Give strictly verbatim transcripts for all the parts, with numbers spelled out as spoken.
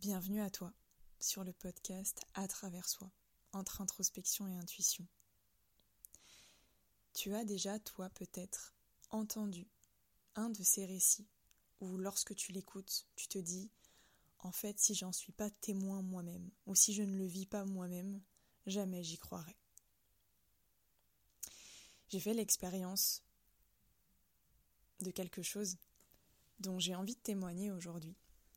Bienvenue à toi sur le podcast À travers soi, entre introspection et intuition. Tu as déjà, toi, peut-être entendu un de ces récits où lorsque tu l'écoutes, tu te dis « En fait, si j'en suis pas témoin moi-même, ou si je ne le vis pas moi-même, jamais j'y croirai. » J'ai fait l'expérience de quelque chose dont j'ai envie de témoigner aujourd'hui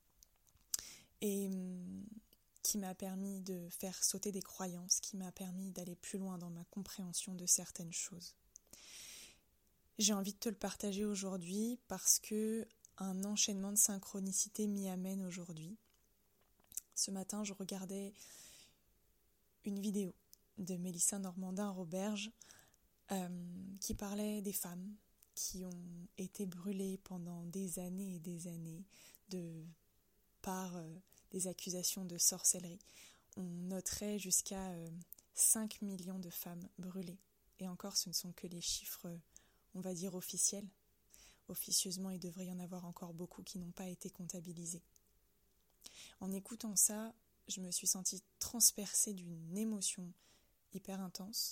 et qui m'a permis de faire sauter des croyances, qui m'a permis d'aller plus loin dans ma compréhension de certaines choses. J'ai envie de te le partager aujourd'hui parce que un enchaînement de synchronicité m'y amène aujourd'hui. Ce matin, je regardais une vidéo de Mélissa Normandin-Roberge euh, qui parlait des femmes qui ont été brûlées pendant des années et des années de par euh, des accusations de sorcellerie. On noterait jusqu'à euh, cinq millions de femmes brûlées. Et encore, ce ne sont que les chiffres, euh, on va dire, officiels. Officieusement, il devrait y en avoir encore beaucoup qui n'ont pas été comptabilisés. En écoutant ça, je me suis sentie transpercée d'une émotion hyper intense.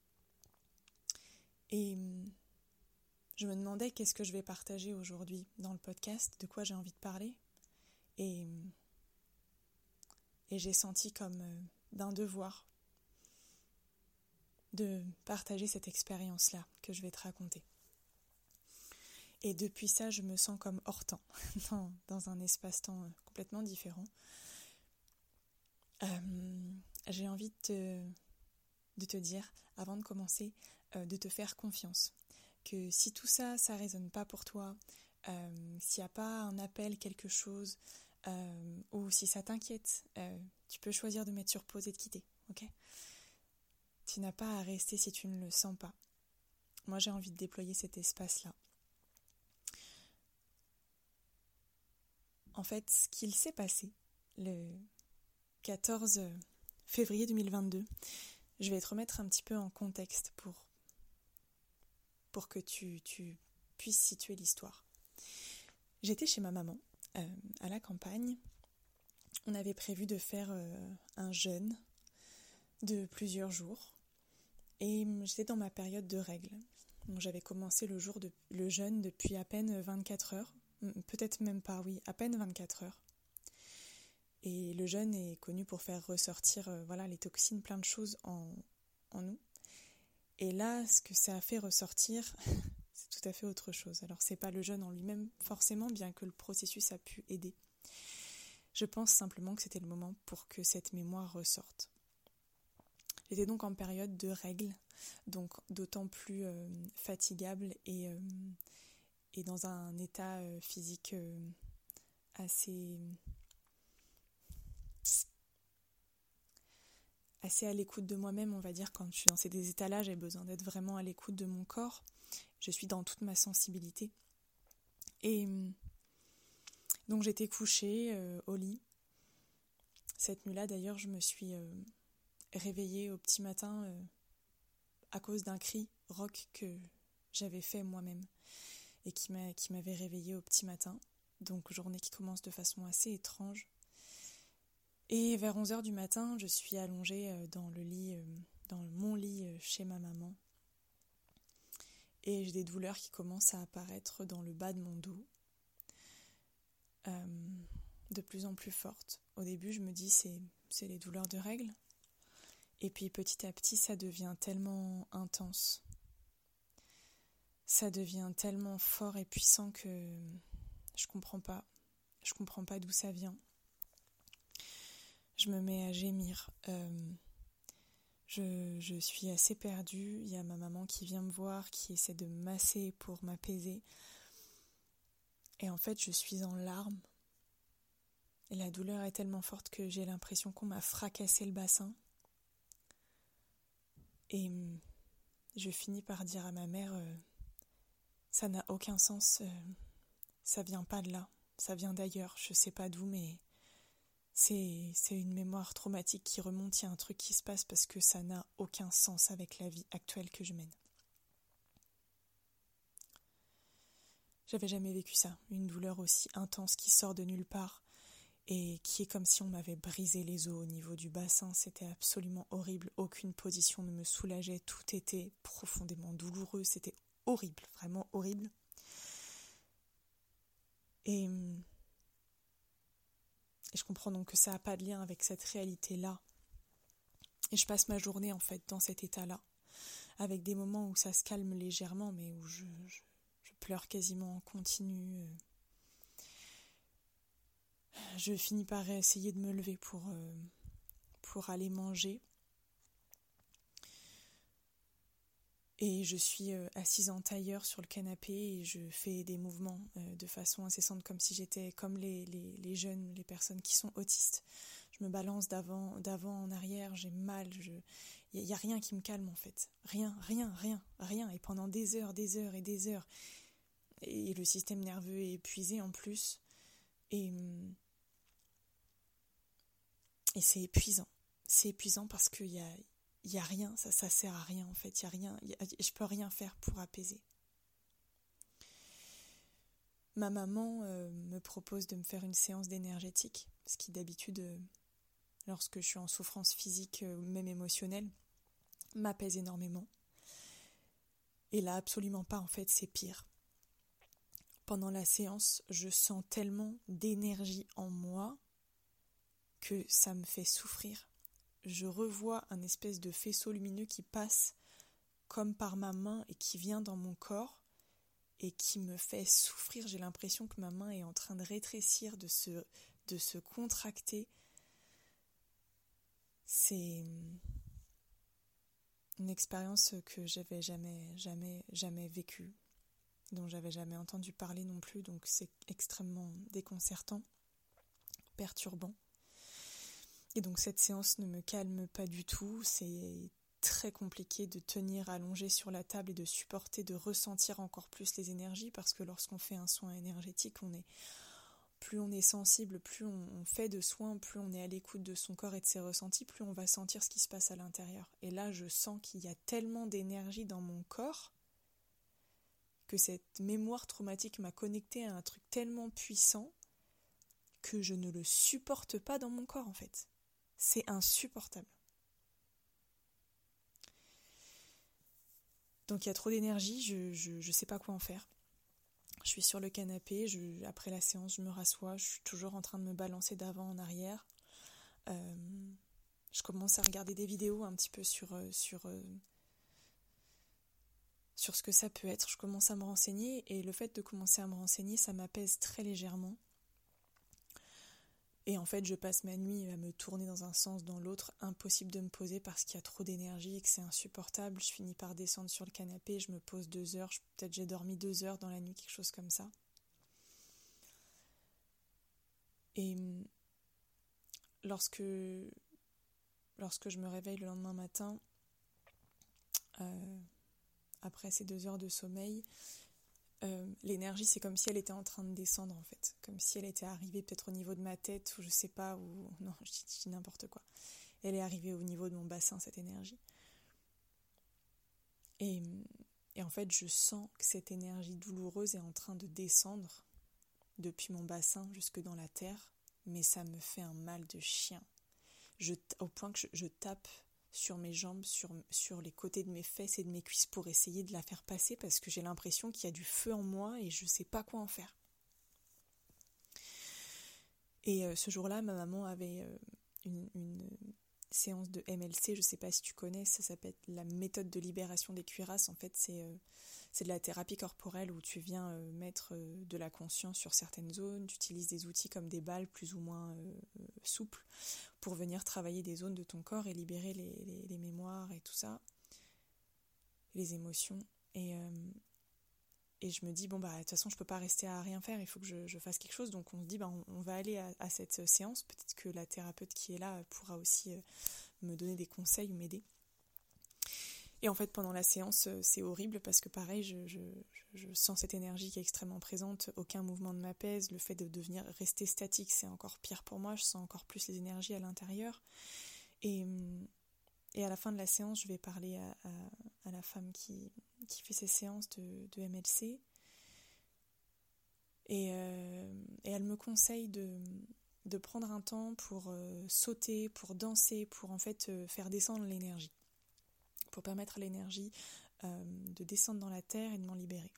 Et je me demandais qu'est-ce que je vais partager aujourd'hui dans le podcast, de quoi j'ai envie de parler. Et, et j'ai senti comme euh, d'un devoir de partager cette expérience-là que je vais te raconter. Et depuis ça, je me sens comme hors temps, dans, dans un espace-temps complètement différent. Euh, j'ai envie de te, de te dire, avant de commencer, euh, de te faire confiance. Que si tout ça, ça résonne pas pour toi, euh, s'il n'y a pas un appel, quelque chose, euh, ou si ça t'inquiète, euh, tu peux choisir de mettre sur pause et de quitter, ok ? Tu n'as pas à rester si tu ne le sens pas. Moi, j'ai envie de déployer cet espace-là. En fait, ce qu'il s'est passé le quatorze février deux mille vingt-deux, je vais te remettre un petit peu en contexte pour, pour que tu, tu puisses situer l'histoire. J'étais chez ma maman, euh, à la campagne. On avait prévu de faire euh, un jeûne de plusieurs jours. Et j'étais dans ma période de règles. Donc, j'avais commencé le, jour de, le jeûne depuis à peine vingt-quatre heures. Peut-être même pas, oui, à peine vingt-quatre heures. Et le jeûne est connu pour faire ressortir euh, voilà, les toxines, plein de choses en, en nous. Et là, ce que ça a fait ressortir, c'est tout à fait autre chose. Alors, c'est pas le jeûne en lui-même, forcément, bien que le processus a pu aider. Je pense simplement que c'était le moment pour que cette mémoire ressorte. J'étais donc en période de règles, donc d'autant plus euh, fatigable et, euh, et dans un état euh, physique euh, assez... assez à l'écoute de moi-même, on va dire. Quand je suis dans ces états-là, j'ai besoin d'être vraiment à l'écoute de mon corps. Je suis dans toute ma sensibilité. Et donc j'étais couchée euh, au lit. Cette nuit-là, d'ailleurs, je me suis euh, réveillée au petit matin euh, à cause d'un cri rock que j'avais fait moi-même et qui, m'a, qui m'avait réveillée au petit matin. Donc journée qui commence de façon assez étrange. Et vers onze heures du matin, je suis allongée dans le lit, dans mon lit chez ma maman. Et j'ai des douleurs qui commencent à apparaître dans le bas de mon dos, euh, de plus en plus fortes. Au début, je me dis c'est, c'est les douleurs de règles. Et puis petit à petit, ça devient tellement intense. Ça devient tellement fort et puissant que je comprends pas. Je comprends pas d'où ça vient. Je me mets à gémir. Euh, je, je suis assez perdue. Il y a ma maman qui vient me voir, qui essaie de me masser pour m'apaiser. Et en fait, je suis en larmes. Et la douleur est tellement forte que j'ai l'impression qu'on m'a fracassé le bassin. Et je finis par dire à ma mère, euh, ça n'a aucun sens. Euh, ça vient pas de là. Ça vient d'ailleurs. Je sais pas d'où, mais... C'est, c'est une mémoire traumatique qui remonte, il y a un truc qui se passe parce que ça n'a aucun sens avec la vie actuelle que je mène. J'avais jamais vécu ça, une douleur aussi intense qui sort de nulle part et qui est comme si on m'avait brisé les os au niveau du bassin. C'était absolument horrible, aucune position ne me soulageait, tout était profondément douloureux, c'était horrible, vraiment horrible. Et, et je comprends donc que ça n'a pas de lien avec cette réalité-là. Et je passe ma journée en fait dans cet état-là, avec des moments où ça se calme légèrement, mais où je, je, je pleure quasiment en continu. Je finis par essayer de me lever pour, euh, pour aller manger. Et je suis euh, assise en tailleur sur le canapé et je fais des mouvements euh, de façon incessante, comme si j'étais comme les, les, les jeunes, les personnes qui sont autistes. Je me balance d'avant, d'avant en arrière, j'ai mal, il n'y a, a rien qui me calme en fait. Rien, rien, rien, rien. Et pendant des heures, des heures et des heures. Et le système nerveux est épuisé en plus. Et... Et c'est épuisant. C'est épuisant parce qu'il y a, il y a rien, ça, ça sert à rien en fait. Il y a rien, il y a, je peux rien faire pour apaiser. Ma maman euh, me propose de me faire une séance d'énergétique, ce qui d'habitude, euh, lorsque je suis en souffrance physique ou euh, même émotionnelle, m'apaise énormément. Et là, absolument pas, en fait, c'est pire. Pendant la séance, je sens tellement d'énergie en moi que ça me fait souffrir. Je revois un espèce de faisceau lumineux qui passe comme par ma main et qui vient dans mon corps et qui me fait souffrir. J'ai l'impression que ma main est en train de rétrécir, de se, de se contracter. C'est une expérience que j'avais jamais, jamais, jamais vécue, dont j'avais jamais entendu parler non plus, donc c'est extrêmement déconcertant, perturbant. Et donc cette séance ne me calme pas du tout, c'est très compliqué de tenir allongé sur la table et de supporter, de ressentir encore plus les énergies, parce que lorsqu'on fait un soin énergétique, on est, plus on est sensible, plus on, on fait de soins, plus on est à l'écoute de son corps et de ses ressentis, plus on va sentir ce qui se passe à l'intérieur. Et là, je sens qu'il y a tellement d'énergie dans mon corps que cette mémoire traumatique m'a connectée à un truc tellement puissant que je ne le supporte pas dans mon corps en fait. C'est insupportable. Donc il y a trop d'énergie, je, je, je sais pas quoi en faire. Je suis sur le canapé, je, après la séance, je me rassois, je suis toujours en train de me balancer d'avant en arrière. Euh, je commence à regarder des vidéos un petit peu sur, sur, sur ce que ça peut être. Je commence à me renseigner et le fait de commencer à me renseigner, ça m'apaise très légèrement. Et en fait, je passe ma nuit à me tourner dans un sens, dans l'autre, impossible de me poser parce qu'il y a trop d'énergie et que c'est insupportable. Je finis par descendre sur le canapé, je me pose deux heures, je, peut-être j'ai dormi deux heures dans la nuit, quelque chose comme ça. Et lorsque, lorsque je me réveille le lendemain matin, euh, après ces deux heures de sommeil, Euh, l'énergie, c'est comme si elle était en train de descendre en fait, comme si elle était arrivée peut-être au niveau de ma tête ou je sais pas, ou non, je dis, je dis n'importe quoi. Elle est arrivée au niveau de mon bassin, cette énergie. Et, et en fait, je sens que cette énergie douloureuse est en train de descendre depuis mon bassin jusque dans la terre, mais ça me fait un mal de chien. Je, au point que je, je tape sur mes jambes, sur, sur les côtés de mes fesses et de mes cuisses pour essayer de la faire passer parce que j'ai l'impression qu'il y a du feu en moi et je ne sais pas quoi en faire. Et euh, ce jour-là, ma maman avait euh, une, une séance de M L C, je ne sais pas si tu connais, ça s'appelle la méthode de libération des cuirasses. En fait, c'est, euh, c'est de la thérapie corporelle où tu viens euh, mettre euh, de la conscience sur certaines zones, tu utilises des outils comme des balles plus ou moins euh, euh, souples pour venir travailler des zones de ton corps et libérer les, les, les mémoires et tout ça, les émotions. Et, euh, et je me dis, bon, bah, de toute façon, je peux pas rester à rien faire, il faut que je, je fasse quelque chose. Donc, on se dit, bah, on, on va aller à, à cette séance. Peut-être que la thérapeute qui est là pourra aussi euh, me donner des conseils ou m'aider. Et en fait, pendant la séance, c'est horrible parce que pareil, je, je, je sens cette énergie qui est extrêmement présente, aucun mouvement ne m'apaise, le fait de devenir rester statique, c'est encore pire pour moi, je sens encore plus les énergies à l'intérieur. Et, et à la fin de la séance, je vais parler à, à, à la femme qui, qui fait ces séances de, de M L C. Et, euh, et elle me conseille de, de prendre un temps pour euh, sauter, pour danser, pour en fait euh, faire descendre l'énergie, pour permettre à l'énergie euh, de descendre dans la terre et de m'en libérer.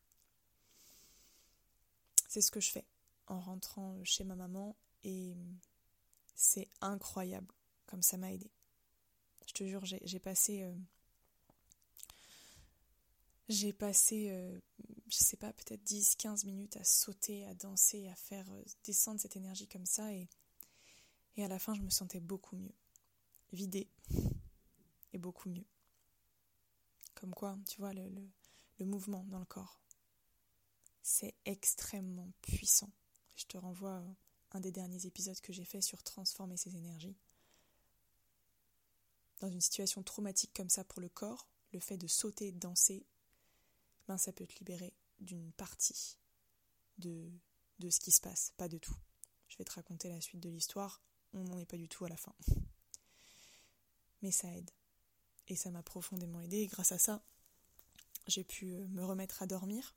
C'est ce que je fais en rentrant chez ma maman et c'est incroyable comme ça m'a aidée. Je te jure, j'ai, j'ai passé... Euh, J'ai passé, euh, je sais pas, peut-être dix quinze minutes à sauter, à danser, à faire euh, descendre cette énergie comme ça. Et, et à la fin, je me sentais beaucoup mieux. Vidée. Et beaucoup mieux. Comme quoi, tu vois, le, le, le mouvement dans le corps. C'est extrêmement puissant. Je te renvoie à un des derniers épisodes que j'ai fait sur transformer ses énergies. Dans une situation traumatique comme ça pour le corps, le fait de sauter et de danser, ben ça peut te libérer d'une partie de, de ce qui se passe, pas de tout. Je vais te raconter la suite de l'histoire, on n'en est pas du tout à la fin. Mais ça aide. Et ça m'a profondément aidée, et grâce à ça, j'ai pu me remettre à dormir,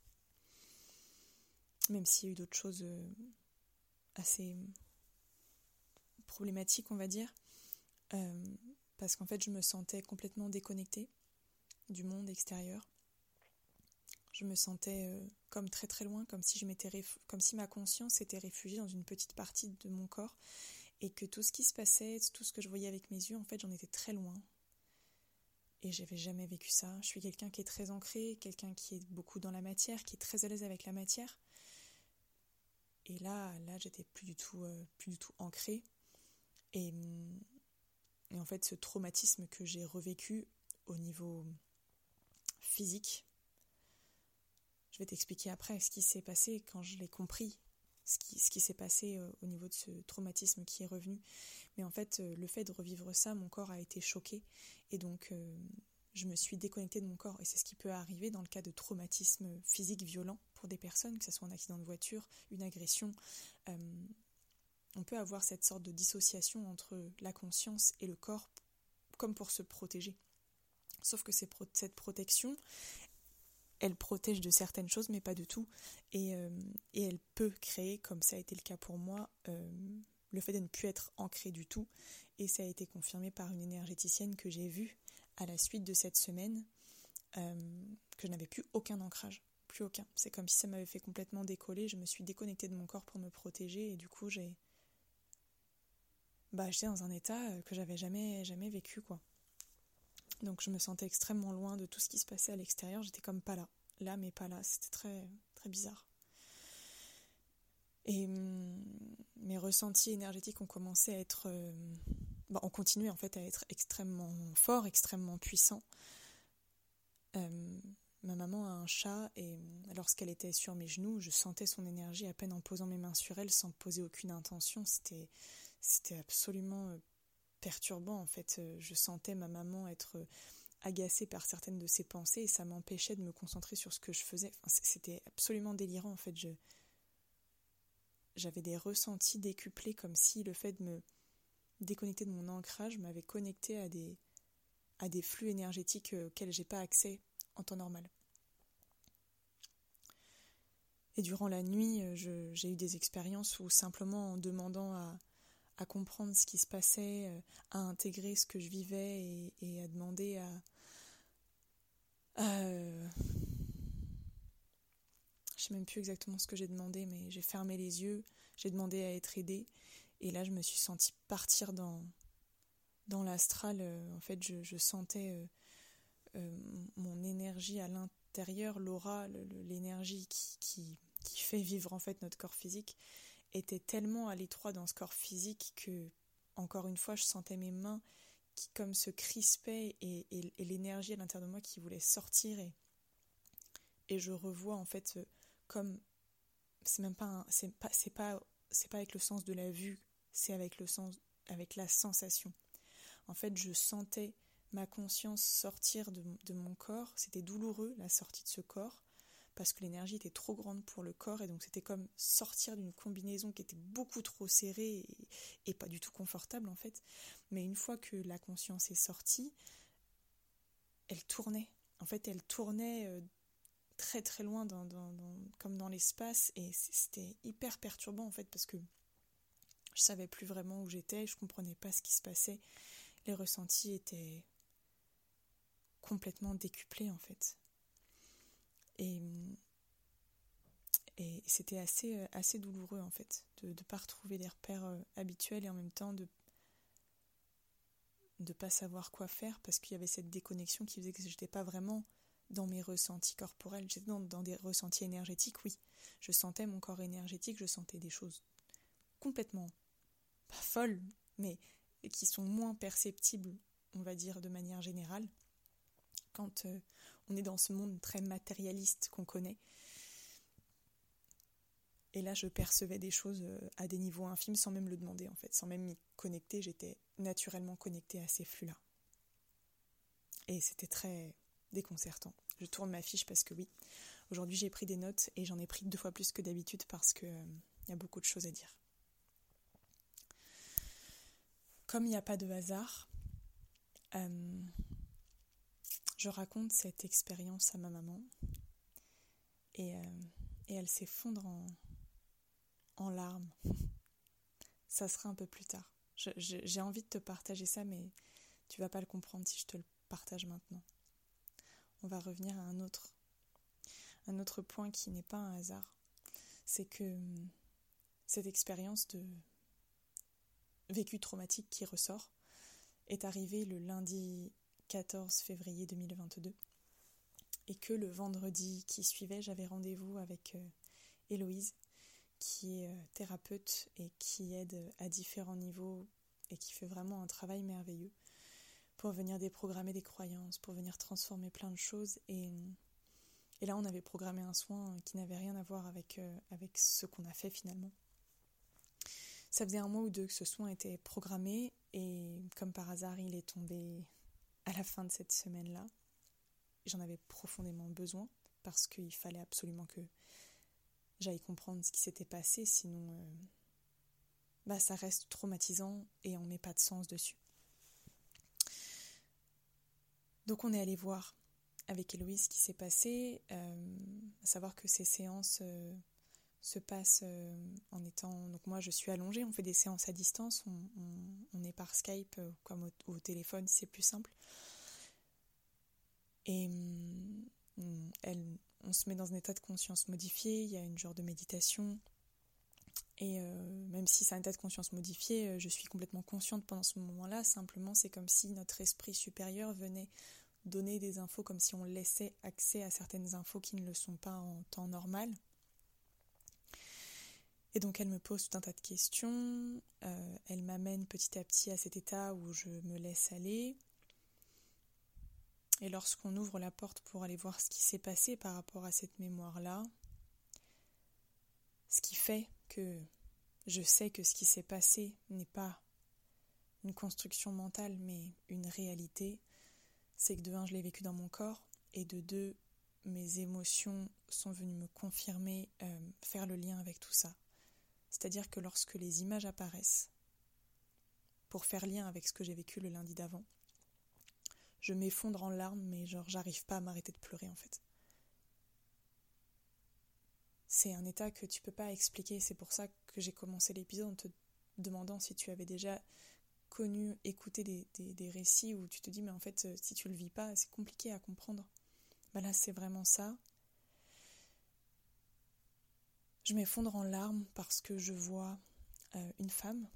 même s'il y a eu d'autres choses assez problématiques, on va dire, euh, parce qu'en fait, je me sentais complètement déconnectée du monde extérieur. Je me sentais euh, comme très très loin, comme si, je m'étais réf... comme si ma conscience s'était réfugiée dans une petite partie de mon corps et que tout ce qui se passait, tout ce que je voyais avec mes yeux, en fait, j'en étais très loin. Et j'avais jamais vécu ça. Je suis quelqu'un qui est très ancré, quelqu'un qui est beaucoup dans la matière, qui est très à l'aise avec la matière. Et là, là, j'étais plus du tout, euh, plus du tout ancrée. Et, et en fait, ce traumatisme que j'ai revécu au niveau physique, je vais t'expliquer après ce qui s'est passé quand je l'ai compris, ce qui, ce qui s'est passé euh, au niveau de ce traumatisme qui est revenu. Mais en fait, euh, le fait de revivre ça, mon corps a été choqué. Et donc, euh, je me suis déconnectée de mon corps. Et c'est ce qui peut arriver dans le cas de traumatisme physique violent pour des personnes, que ce soit un accident de voiture, une agression. Euh, on peut avoir cette sorte de dissociation entre la conscience et le corps, comme pour se protéger. Sauf que c'est pro- cette protection... elle protège de certaines choses, mais pas de tout. Et, euh, et elle peut créer, comme ça a été le cas pour moi, euh, le fait de ne plus être ancré du tout. Et ça a été confirmé par une énergéticienne que j'ai vue à la suite de cette semaine, euh, que je n'avais plus aucun ancrage. Plus aucun. C'est comme si ça m'avait fait complètement décoller. Je me suis déconnectée de mon corps pour me protéger. Et du coup, j'ai... Bah, j'étais dans un état que j'avais jamais, jamais vécu, quoi. Donc je me sentais extrêmement loin de tout ce qui se passait à l'extérieur, j'étais comme pas là, là mais pas là, c'était très, très bizarre. Et hum, mes ressentis énergétiques ont commencé à être, euh, bah, ont continué en fait à être extrêmement forts, extrêmement puissants. Euh, ma maman a un chat et lorsqu'elle était sur mes genoux, je sentais son énergie à peine en posant mes mains sur elle sans poser aucune intention, c'était, c'était absolument... Euh, perturbant en fait, je sentais ma maman être agacée par certaines de ses pensées et ça m'empêchait de me concentrer sur ce que je faisais. Enfin, c'était absolument délirant en fait. Je... J'avais des ressentis décuplés comme si le fait de me déconnecter de mon ancrage m'avait connecté à des, à des flux énergétiques auxquels j'ai pas accès en temps normal. Et durant la nuit, je, j'ai eu des expériences où simplement en demandant à à comprendre ce qui se passait, à intégrer ce que je vivais et, et à demander à... à euh, je sais même plus exactement ce que j'ai demandé, mais j'ai fermé les yeux, j'ai demandé à être aidée, et là je me suis sentie partir dans, dans l'astral. En fait, je, je sentais euh, euh, mon énergie à l'intérieur, l'aura, le, le, l'énergie qui, qui, qui fait vivre en fait notre corps physique, était tellement à l'étroit dans ce corps physique que, encore une fois, je sentais mes mains qui comme se crispaient et, et, et l'énergie à l'intérieur de moi qui voulait sortir et, et je revois en fait comme c'est même pas un, c'est pas c'est pas c'est pas avec le sens de la vue, c'est avec le sens avec la sensation. En fait, je sentais ma conscience sortir de, de mon corps, c'était douloureux la sortie de ce corps. Parce que l'énergie était trop grande pour le corps et donc c'était comme sortir d'une combinaison qui était beaucoup trop serrée et, et pas du tout confortable en fait. Mais une fois que la conscience est sortie, elle tournait. En fait, elle tournait euh, très très loin dans, dans, dans, comme dans l'espace et c'était hyper perturbant en fait parce que Je savais plus vraiment où j'étais, je comprenais pas ce qui se passait. Les ressentis étaient complètement décuplés en fait. Et, et c'était assez, assez douloureux en fait, de ne pas retrouver des repères euh, habituels et en même temps de de pas savoir quoi faire parce qu'il y avait cette déconnexion qui faisait que j'étais pas vraiment dans mes ressentis corporels, j'étais dans, dans des ressentis énergétiques, oui. Je sentais mon corps énergétique, je sentais des choses complètement pas folles, mais qui sont moins perceptibles, on va dire, de manière générale, quand euh, on est dans ce monde très matérialiste qu'on connaît. Et là, je percevais des choses à des niveaux infimes sans même le demander, en fait. Sans même m'y connecter, j'étais naturellement connectée à ces flux-là. Et c'était très déconcertant. Je tourne ma fiche parce que oui, aujourd'hui j'ai pris des notes et j'en ai pris deux fois plus que d'habitude parce qu'il euh, y a beaucoup de choses à dire. Comme il n'y a pas de hasard, euh, je raconte cette expérience à ma maman et, euh, et elle s'effondre en... en larmes. Ça sera un peu plus tard. Je, je, j'ai envie de te partager ça, mais tu vas pas le comprendre si je te le partage maintenant. On va revenir à un autre, un autre point qui n'est pas un hasard. C'est que cette expérience de vécu traumatique qui ressort est arrivée le lundi quatorze février deux mille vingt-deux et que le vendredi qui suivait, j'avais rendez-vous avec euh, Héloïse, qui est thérapeute et qui aide à différents niveaux et qui fait vraiment un travail merveilleux pour venir déprogrammer des croyances, pour venir transformer plein de choses. Et, et là, on avait programmé un soin qui n'avait rien à voir avec, euh, avec ce qu'on a fait finalement. Ça faisait un mois ou deux que ce soin était programmé et comme par hasard, il est tombé à la fin de cette semaine-là. J'en avais profondément besoin parce qu'il fallait absolument que j'aille comprendre ce qui s'était passé, sinon euh, bah, ça reste traumatisant et on met pas de sens dessus. Donc on est allé voir avec Héloïse ce qui s'est passé, euh, à savoir que ces séances euh, se passent euh, en étant... Donc moi je suis allongée, on fait des séances à distance, on, on, on est par Skype euh, comme au, au téléphone si c'est plus simple. Et euh, elle... on se met dans un état de conscience modifié, il y a une genre de méditation. Et euh, même si c'est un état de conscience modifié, euh, je suis complètement consciente pendant ce moment-là. Simplement, c'est comme si notre esprit supérieur venait donner des infos, comme si on laissait accès à certaines infos qui ne le sont pas en temps normal. Et donc, elle me pose tout un tas de questions. Euh, elle m'amène petit à petit à cet état où je me laisse aller. Et lorsqu'on ouvre la porte pour aller voir ce qui s'est passé par rapport à cette mémoire-là, ce qui fait que je sais que ce qui s'est passé n'est pas une construction mentale, mais une réalité, c'est que de un, je l'ai vécu dans mon corps, et de deux, mes émotions sont venues me confirmer, euh, faire le lien avec tout ça. C'est-à-dire que lorsque les images apparaissent, pour faire lien avec ce que j'ai vécu le lundi d'avant, je m'effondre en larmes, mais genre j'arrive pas à m'arrêter de pleurer en fait. C'est un état que tu peux pas expliquer, c'est pour ça que j'ai commencé l'épisode en te demandant si tu avais déjà connu, écouté des, des, des récits où tu te dis mais en fait si tu le vis pas, c'est compliqué à comprendre. Ben là c'est vraiment ça. Je m'effondre en larmes parce que je vois euh, une femme.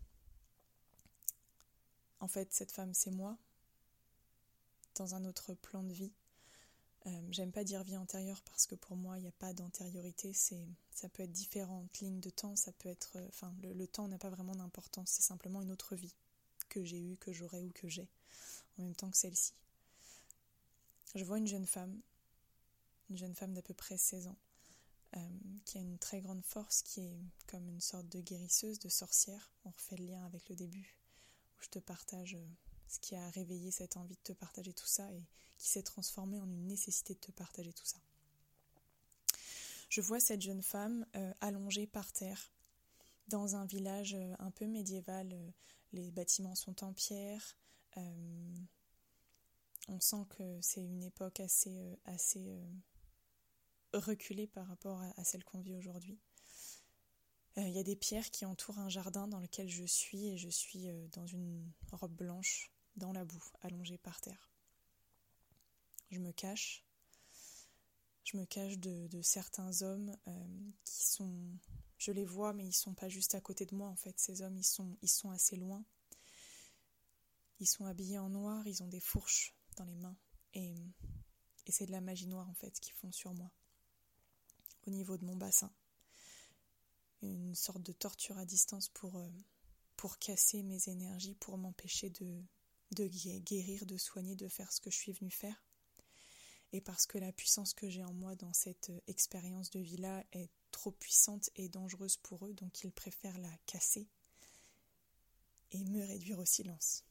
En fait cette femme c'est moi, dans un autre plan de vie. Euh, j'aime pas dire vie antérieure parce que pour moi il n'y a pas d'antériorité, c'est, ça peut être différentes lignes de temps, ça peut être, enfin euh, le, le temps n'a pas vraiment d'importance, c'est simplement une autre vie que j'ai eue, que j'aurai ou que j'ai, en même temps que celle-ci. Je vois une jeune femme, une jeune femme d'à peu près seize ans, euh, qui a une très grande force, qui est comme une sorte de guérisseuse, de sorcière. On refait le lien avec le début, où je te partage euh, ce qui a réveillé cette envie de te partager tout ça et qui s'est transformé en une nécessité de te partager tout ça. Je vois cette jeune femme euh, allongée par terre dans un village euh, un peu médiéval. Euh, les bâtiments sont en pierre. Euh, on sent que c'est une époque assez, euh, assez euh, reculée par rapport à, à celle qu'on vit aujourd'hui. Il euh, y a des pierres qui entourent un jardin dans lequel je suis et je suis euh, dans une robe blanche, dans la boue, allongée par terre. Je me cache. Je me cache de, de certains hommes euh, qui sont... Je les vois, mais ils sont pas juste à côté de moi, en fait. Ces hommes, ils sont, ils sont assez loin. Ils sont habillés en noir, ils ont des fourches dans les mains. Et, et c'est de la magie noire, en fait, qu'ils font sur moi. Au niveau de mon bassin. Une sorte de torture à distance pour, euh, pour casser mes énergies, pour m'empêcher de, de guérir, de soigner, de faire ce que je suis venue faire. Et parce que la puissance que j'ai en moi dans cette expérience de vie-là est trop puissante et dangereuse pour eux, donc ils préfèrent la casser et me réduire au silence.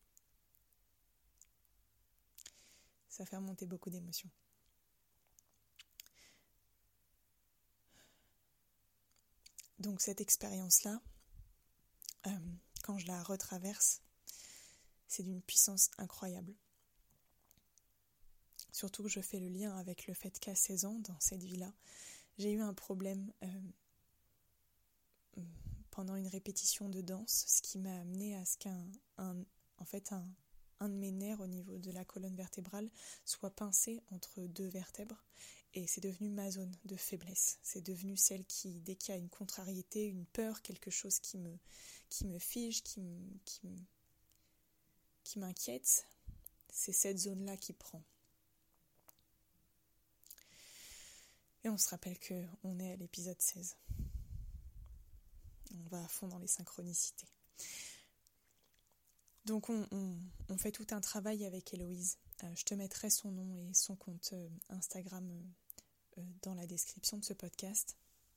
Ça fait remonter beaucoup d'émotions. Donc cette expérience-là, euh, quand je la retraverse, c'est d'une puissance incroyable. Surtout que je fais le lien avec le fait qu'à seize ans, dans cette vie-là, j'ai eu un problème euh, pendant une répétition de danse, ce qui m'a amené à ce qu'un, un, en fait, un, un de mes nerfs au niveau de la colonne vertébrale soit pincé entre deux vertèbres. Et c'est devenu ma zone de faiblesse. C'est devenu celle qui, dès qu'il y a une contrariété, une peur, quelque chose qui me, qui me fige, qui, me, qui, me, qui m'inquiète, c'est cette zone-là qui prend. Et on se rappelle qu'on est à l'épisode seize. On va à fond dans les synchronicités. Donc on, on, on fait tout un travail avec Héloïse. Euh, je te mettrai son nom et son compte euh, Instagram euh, euh, dans la description de ce podcast.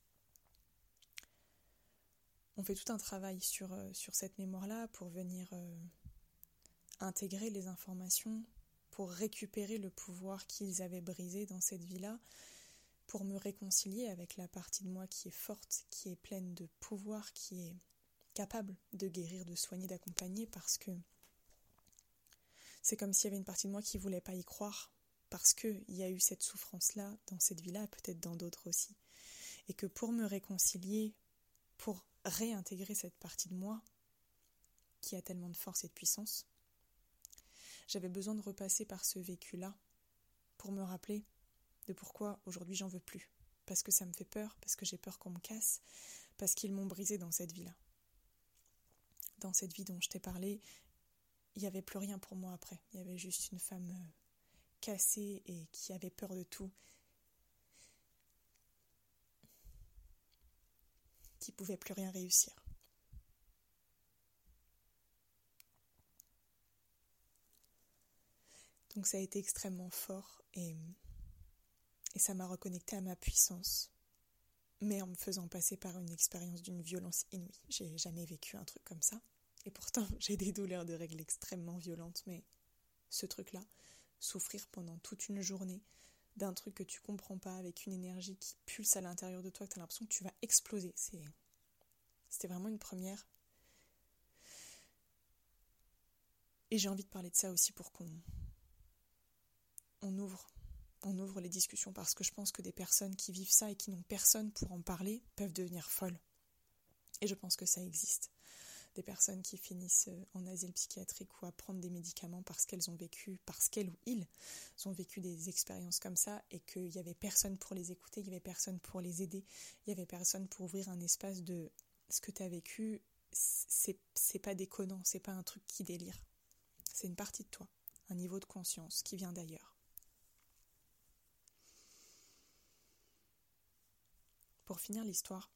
On fait tout un travail sur, euh, sur cette mémoire-là pour venir euh, intégrer les informations, pour récupérer le pouvoir qu'ils avaient brisé dans cette vie-là, pour me réconcilier avec la partie de moi qui est forte, qui est pleine de pouvoir, qui est capable de guérir, de soigner, d'accompagner, parce que c'est comme s'il y avait une partie de moi qui ne voulait pas y croire, parce qu'il y a eu cette souffrance-là dans cette vie-là, peut-être dans d'autres aussi. Et que pour me réconcilier, pour réintégrer cette partie de moi, qui a tellement de force et de puissance, j'avais besoin de repasser par ce vécu-là, pour me rappeler de pourquoi aujourd'hui j'en veux plus. Parce que ça me fait peur, parce que j'ai peur qu'on me casse, parce qu'ils m'ont brisé dans cette vie-là. Dans cette vie dont je t'ai parlé, il n'y avait plus rien pour moi après. Il y avait juste une femme euh, cassée et qui avait peur de tout, qui ne pouvait plus rien réussir. Donc ça a été extrêmement fort et, et ça m'a reconnecté à ma puissance, mais en me faisant passer par une expérience d'une violence inouïe. J'ai jamais vécu un truc comme ça, et pourtant j'ai des douleurs de règles extrêmement violentes, mais ce truc-là, souffrir pendant toute une journée d'un truc que tu comprends pas, avec une énergie qui pulse à l'intérieur de toi, que tu as l'impression que tu vas exploser, c'est... c'était vraiment une première. Et j'ai envie de parler de ça aussi pour qu'on on ouvre, on ouvre les discussions, parce que je pense que des personnes qui vivent ça et qui n'ont personne pour en parler peuvent devenir folles. Et je pense que ça existe. Des personnes qui finissent en asile psychiatrique ou à prendre des médicaments parce qu'elles ont vécu, parce qu'elles ou ils ont vécu des expériences comme ça, et qu'il n'y avait personne pour les écouter, il n'y avait personne pour les aider, il n'y avait personne pour ouvrir un espace de ce que tu as vécu, c'est, c'est pas déconnant, c'est pas un truc qui délire. C'est une partie de toi, un niveau de conscience qui vient d'ailleurs. Pour finir l'histoire,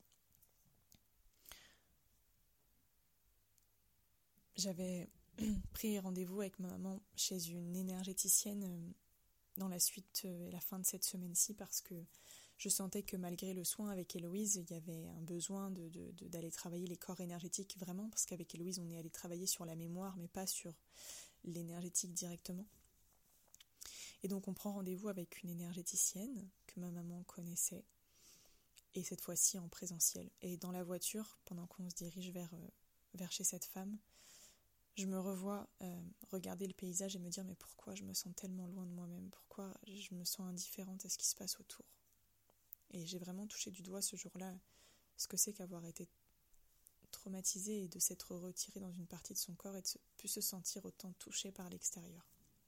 j'avais pris rendez-vous avec ma maman chez une énergéticienne dans la suite et la fin de cette semaine-ci, parce que je sentais que malgré le soin avec Héloïse, il y avait un besoin de, de, de, d'aller travailler les corps énergétiques vraiment, parce qu'avec Héloïse, on est allé travailler sur la mémoire, mais pas sur l'énergétique directement. Et donc on prend rendez-vous avec une énergéticienne que ma maman connaissait, et cette fois-ci en présentiel. Et dans la voiture, pendant qu'on se dirige vers, euh, vers chez cette femme, je me revois euh, regarder le paysage et me dire mais pourquoi je me sens tellement loin de moi-même, pourquoi je me sens indifférente à ce qui se passe autour. Et j'ai vraiment touché du doigt ce jour-là ce que c'est qu'avoir été traumatisé et de s'être retiré dans une partie de son corps et de se, plus se sentir autant touché par l'extérieur.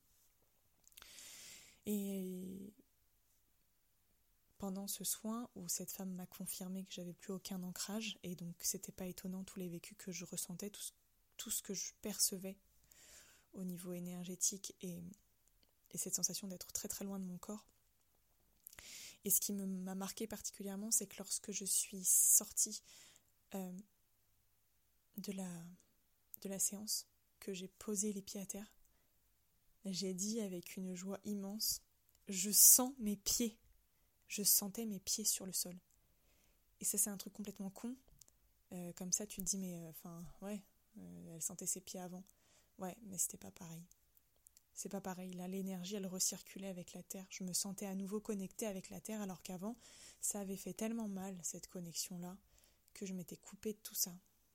Et pendant ce soin où cette femme m'a confirmé que j'avais plus aucun ancrage, et donc c'était pas étonnant tous les vécus que je ressentais, tout ce, tout ce que je percevais au niveau énergétique et, et cette sensation d'être très très loin de mon corps. Et ce qui me, m'a marqué particulièrement, c'est que lorsque je suis sortie euh, de la, de la séance, que j'ai posé les pieds à terre, j'ai dit avec une joie immense, je sens mes pieds. Je sentais mes pieds sur le sol. Et ça, c'est un truc complètement con. Euh, comme ça, tu te dis, mais enfin, euh, ouais, euh, elle sentait ses pieds avant. Ouais, mais c'était pas pareil. C'est pas pareil. Là, l'énergie, elle recirculait avec la terre. Je me sentais à nouveau connectée avec la terre, alors qu'avant, ça avait fait tellement mal, cette connexion-là, que je m'étais coupée de tout ça.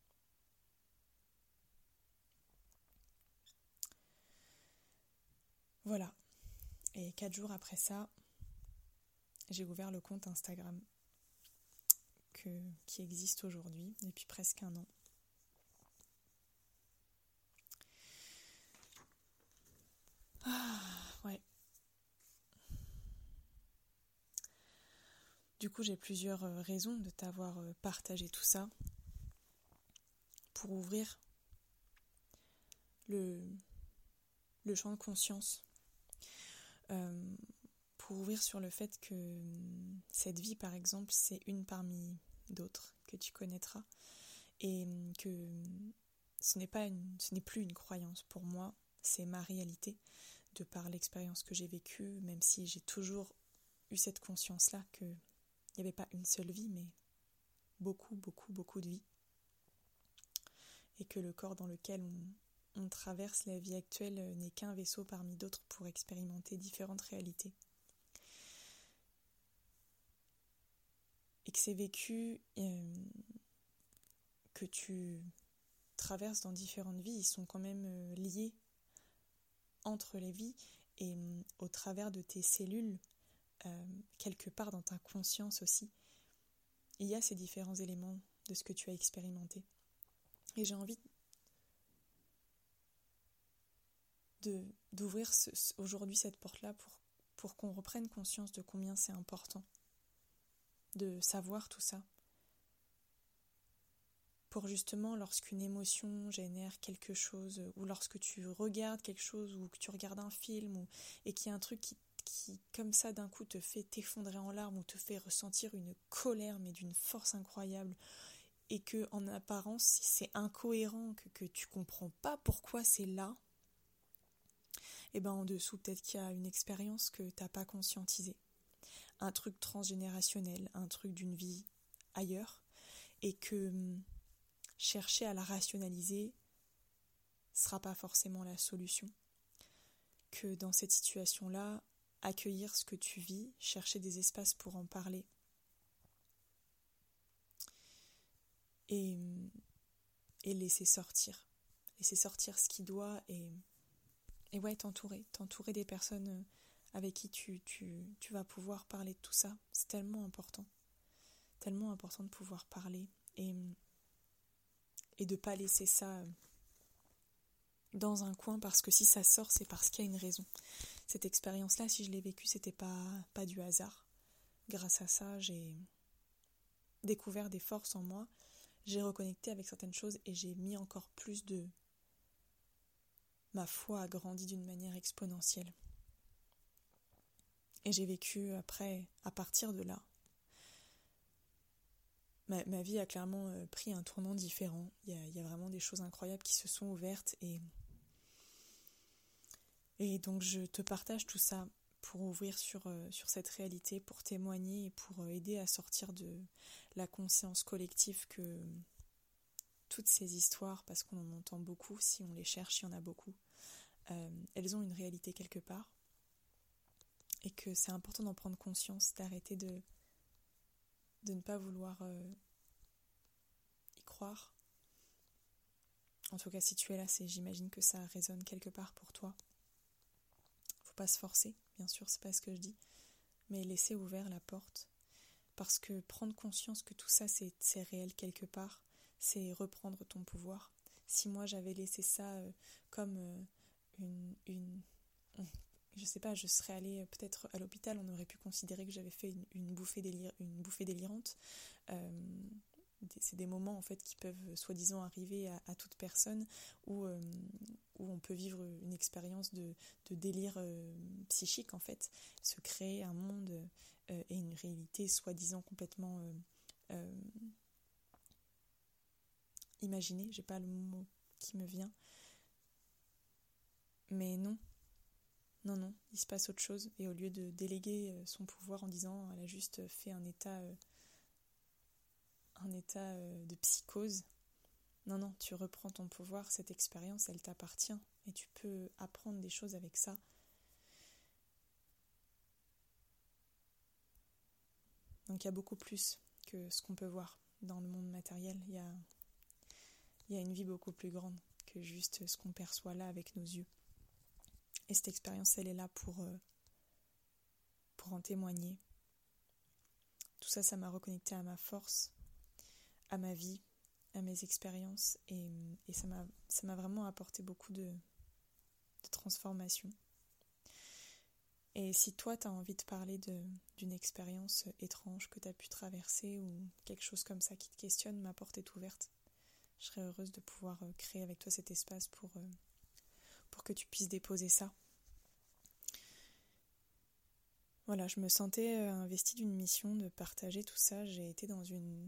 Voilà. Et quatre jours après ça, j'ai ouvert le compte Instagram que, qui existe aujourd'hui depuis presque un an. Ah, ouais. Du coup, j'ai plusieurs raisons de t'avoir partagé tout ça pour ouvrir le, le champ de conscience, euh, pour ouvrir sur le fait que cette vie, par exemple, c'est une parmi d'autres que tu connaîtras et que ce n'est pas une, ce n'est plus une croyance pour moi, c'est ma réalité de par l'expérience que j'ai vécue, même si j'ai toujours eu cette conscience-là qu'il n'y avait pas une seule vie, mais beaucoup, beaucoup, beaucoup de vies. Et que le corps dans lequel on, on traverse la vie actuelle n'est qu'un vaisseau parmi d'autres pour expérimenter différentes réalités. Et que ces vécus euh, que tu traverses dans différentes vies, ils sont quand même euh, liés entre les vies et euh, au travers de tes cellules, euh, quelque part dans ta conscience aussi, il y a ces différents éléments de ce que tu as expérimenté. Et j'ai envie de, d'ouvrir ce, aujourd'hui cette porte-là pour, pour qu'on reprenne conscience de combien c'est important de savoir tout ça. Pour justement, lorsqu'une émotion génère quelque chose, ou lorsque tu regardes quelque chose, ou que tu regardes un film, ou, et qu'il y a un truc qui, qui, comme ça, d'un coup, te fait t'effondrer en larmes, ou te fait ressentir une colère, mais d'une force incroyable, et que en apparence c'est incohérent, que, que tu comprends pas pourquoi c'est là, et ben en dessous peut-être qu'il y a une expérience que t'as pas conscientisée, un truc transgénérationnel, un truc d'une vie ailleurs, et que hum, chercher à la rationaliser sera pas forcément la solution, que dans cette situation-là, accueillir ce que tu vis, chercher des espaces pour en parler, Et, et laisser sortir. Laisser sortir ce qui doit et, et ouais, t'entourer. T'entourer des personnes avec qui tu, tu, tu vas pouvoir parler de tout ça. C'est tellement important. Tellement important de pouvoir parler et, et de ne pas laisser ça dans un coin parce que si ça sort, c'est parce qu'il y a une raison. Cette expérience-là, si je l'ai vécue, c'était pas, pas du hasard. Grâce à ça, j'ai découvert des forces en moi. J'ai reconnecté avec certaines choses et j'ai mis encore plus de... Ma foi a grandi d'une manière exponentielle. Et j'ai vécu après, à partir de là. Ma, ma vie a clairement euh, pris un tournant différent. Il y a, il y a vraiment des choses incroyables qui se sont ouvertes et... Et donc je te partage tout ça pour ouvrir sur, euh, sur cette réalité, pour témoigner et pour euh, aider à sortir de la conscience collective que toutes ces histoires, parce qu'on en entend beaucoup, si on les cherche, il y en a beaucoup, euh, elles ont une réalité quelque part et que c'est important d'en prendre conscience, d'arrêter de, de ne pas vouloir euh, y croire. En tout cas, si tu es là, c'est, j'imagine que ça résonne quelque part pour toi. Faut pas se forcer, bien sûr, c'est pas ce que je dis, mais laisser ouvert la porte Parce que prendre conscience que tout ça c'est, c'est réel quelque part, c'est reprendre ton pouvoir. Si moi j'avais laissé ça euh, comme euh, une, une... Je sais pas, je serais allée euh, peut-être à l'hôpital, on aurait pu considérer que j'avais fait une, une, bouffée, délir... une bouffée délirante. Euh, c'est des moments en fait qui peuvent soi-disant arriver à, à toute personne où, euh, où on peut vivre une expérience de, de délire euh, psychique en fait, se créer un monde euh, et une réalité soi-disant complètement euh, euh, imaginée, j'ai pas le mot qui me vient, mais non, non, non, il se passe autre chose, et au lieu de déléguer son pouvoir en disant elle a juste fait un état euh, un état euh, de psychose. Non, non, tu reprends ton pouvoir, cette expérience, elle t'appartient et tu peux apprendre des choses avec ça. Donc il y a beaucoup plus que ce qu'on peut voir dans le monde matériel. Il y a, il y a une vie beaucoup plus grande que juste ce qu'on perçoit là avec nos yeux. Et cette expérience, elle est là pour, euh, pour en témoigner. Tout ça, ça m'a reconnecté à ma force, à ma vie, à mes expériences, et, et ça m'a, ça m'a vraiment apporté beaucoup de, de transformation. Et si toi tu as envie de parler de, d'une expérience étrange que tu as pu traverser ou quelque chose comme ça qui te questionne, ma porte est ouverte. Je serais heureuse de pouvoir créer avec toi cet espace pour, pour que tu puisses déposer ça. Voilà, je me sentais investie d'une mission de partager tout ça. J'ai été dans une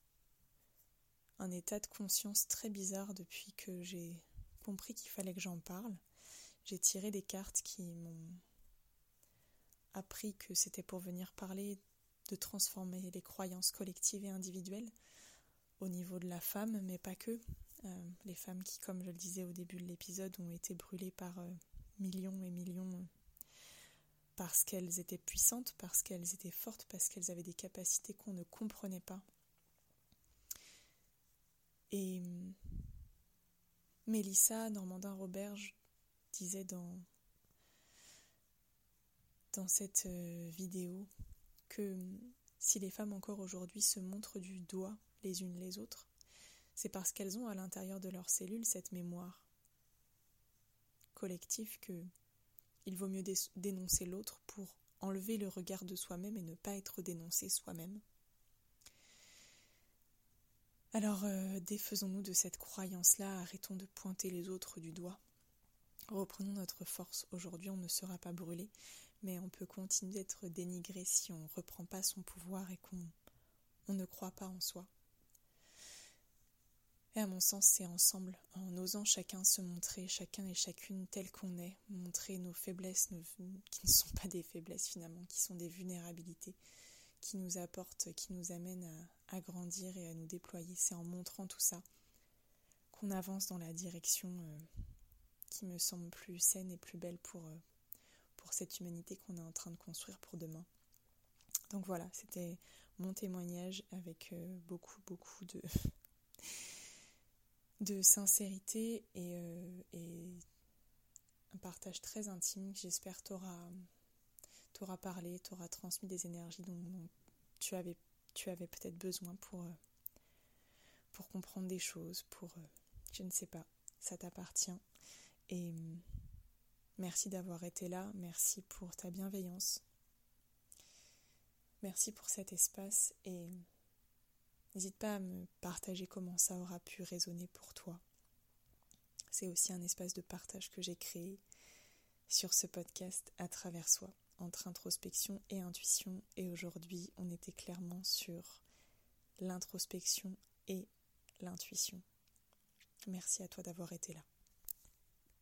un état de conscience très bizarre depuis que j'ai compris qu'il fallait que j'en parle. J'ai tiré des cartes qui m'ont appris que c'était pour venir parler de transformer les croyances collectives et individuelles au niveau de la femme, mais pas que. Euh, les femmes qui, comme je le disais au début de l'épisode, ont été brûlées par euh, millions et millions euh, parce qu'elles étaient puissantes, parce qu'elles étaient fortes, parce qu'elles avaient des capacités qu'on ne comprenait pas. Et Mélissa Normandin-Roberge disait dans, dans cette euh, vidéo que si les femmes encore aujourd'hui se montrent du doigt les unes les autres, c'est parce qu'elles ont à l'intérieur de leurs cellules cette mémoire collective que il vaut mieux dé- dénoncer l'autre pour enlever le regard de soi-même et ne pas être dénoncé soi-même. Alors euh, défaisons-nous de cette croyance-là, arrêtons de pointer les autres du doigt. Reprenons notre force. Aujourd'hui, on ne sera pas brûlé, mais on peut continuer d'être dénigré si on ne reprend pas son pouvoir et qu'on on ne croit pas en soi. Et à mon sens, c'est ensemble, en osant chacun se montrer, chacun et chacune tel qu'on est, montrer nos faiblesses, nos, qui ne sont pas des faiblesses finalement, qui sont des vulnérabilités, qui nous apportent, qui nous amènent à, à grandir et à nous déployer. C'est en montrant tout ça qu'on avance dans la direction euh, qui me semble plus saine et plus belle pour, euh, pour cette humanité qu'on est en train de construire pour demain. Donc voilà, c'était mon témoignage avec euh, beaucoup, beaucoup de... de sincérité et, euh, et un partage très intime que j'espère t'aura, t'aura parlé, t'aura transmis des énergies dont, dont tu avais, tu avais peut-être besoin pour, euh, pour comprendre des choses, pour, euh, je ne sais pas, ça t'appartient. Et euh, merci d'avoir été là, merci pour ta bienveillance, merci pour cet espace et n'hésite pas à me partager comment ça aura pu résonner pour toi. C'est aussi un espace de partage que j'ai créé sur ce podcast à travers soi, entre introspection et intuition. Et aujourd'hui, on était clairement sur l'introspection et l'intuition. Merci à toi d'avoir été là.